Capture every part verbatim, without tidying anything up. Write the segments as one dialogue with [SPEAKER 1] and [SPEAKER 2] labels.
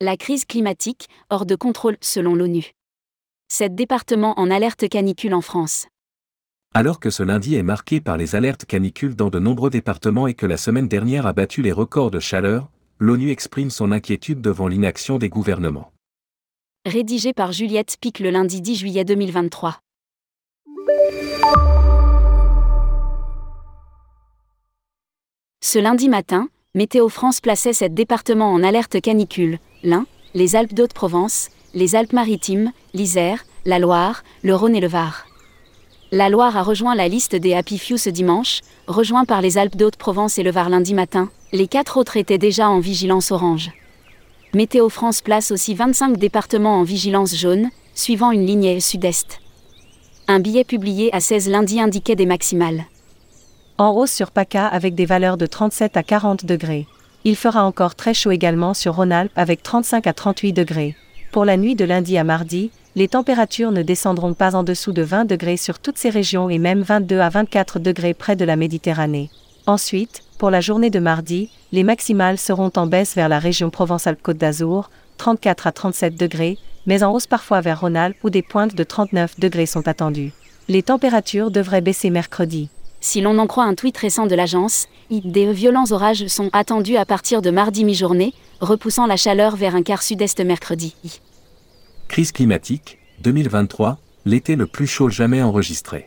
[SPEAKER 1] La crise climatique, hors de contrôle selon l'ONU. Sept départements en alerte canicule en France.
[SPEAKER 2] Alors que ce lundi est marqué par les alertes canicules dans de nombreux départements et que la semaine dernière a battu les records de chaleur, l'ONU exprime son inquiétude devant l'inaction des gouvernements.
[SPEAKER 1] Rédigé par Juliette Pic le lundi dix juillet deux mille vingt-trois. Ce lundi matin, Météo France plaçait sept départements en alerte canicule: l'Ain, les Alpes d'Haute-Provence, les Alpes-Maritimes, l'Isère, la Loire, le Rhône et le Var. La Loire a rejoint la liste des Happy Few ce dimanche, rejoint par les Alpes d'Haute-Provence et le Var lundi matin. Les quatre autres étaient déjà en vigilance orange. Météo France place aussi vingt-cinq départements en vigilance jaune, suivant une ligne sud-est. Un billet publié à seize lundi indiquait des maximales.
[SPEAKER 3] En hausse sur PACA avec des valeurs de trente-sept à quarante degrés. Il fera encore très chaud également sur Rhône-Alpes avec trente-cinq à trente-huit degrés. Pour la nuit de lundi à mardi, les températures ne descendront pas en dessous de vingt degrés sur toutes ces régions et même vingt-deux à vingt-quatre degrés près de la Méditerranée. Ensuite, pour la journée de mardi, les maximales seront en baisse vers la région Provence-Alpes-Côte d'Azur, trente-quatre à trente-sept degrés, mais en hausse parfois vers Rhône-Alpes où des pointes de trente-neuf degrés sont attendues. Les températures devraient baisser mercredi.
[SPEAKER 1] Si l'on en croit un tweet récent de l'agence, des violents orages sont attendus à partir de mardi mi-journée, repoussant la chaleur vers un quart sud-est mercredi.
[SPEAKER 2] Crise climatique, deux mille vingt-trois, l'été le plus chaud jamais enregistré.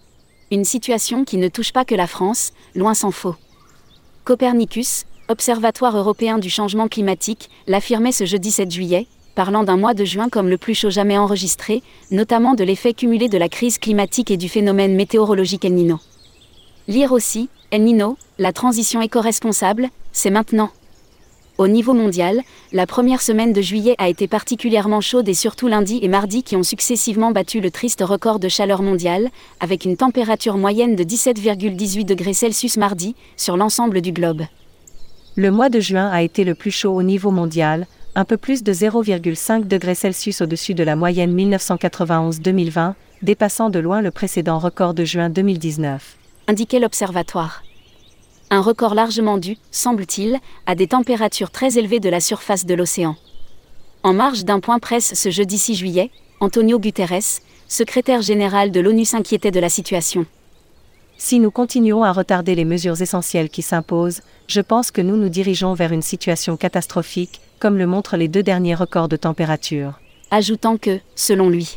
[SPEAKER 1] Une situation qui ne touche pas que la France, loin s'en faut. Copernicus, Observatoire européen du changement climatique, l'affirmait ce jeudi sept juillet, parlant d'un mois de juin comme le plus chaud jamais enregistré, notamment de l'effet cumulé de la crise climatique et du phénomène météorologique El Niño. Lire aussi, El Niño, la transition éco-responsable, c'est maintenant. Au niveau mondial, la première semaine de juillet a été particulièrement chaude et surtout lundi et mardi qui ont successivement battu le triste record de chaleur mondiale, avec une température moyenne de dix-sept virgule dix-huit degrés Celsius mardi, sur l'ensemble du globe.
[SPEAKER 3] Le mois de juin a été le plus chaud au niveau mondial, un peu plus de zéro virgule cinq degrés Celsius au-dessus de la moyenne mille neuf cent quatre-vingt-onze deux mille vingt, dépassant de loin le précédent record de juin deux mille dix-neuf.
[SPEAKER 1] Indiquait l'observatoire. Un record largement dû, semble-t-il, à des températures très élevées de la surface de l'océan. En marge d'un point presse ce jeudi six juillet, Antonio Guterres, secrétaire général de l'ONU, s'inquiétait de la situation.
[SPEAKER 3] Si nous continuons à retarder les mesures essentielles qui s'imposent, je pense que nous nous dirigeons vers une situation catastrophique, comme le montrent les deux derniers records de température.
[SPEAKER 1] Ajoutant que, selon lui,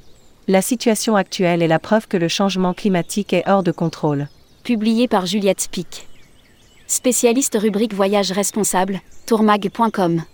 [SPEAKER 3] la situation actuelle est la preuve que le changement climatique est hors de contrôle.
[SPEAKER 1] Publié par Juliette Pic. Spécialiste rubrique Voyage responsable, tourmag point com.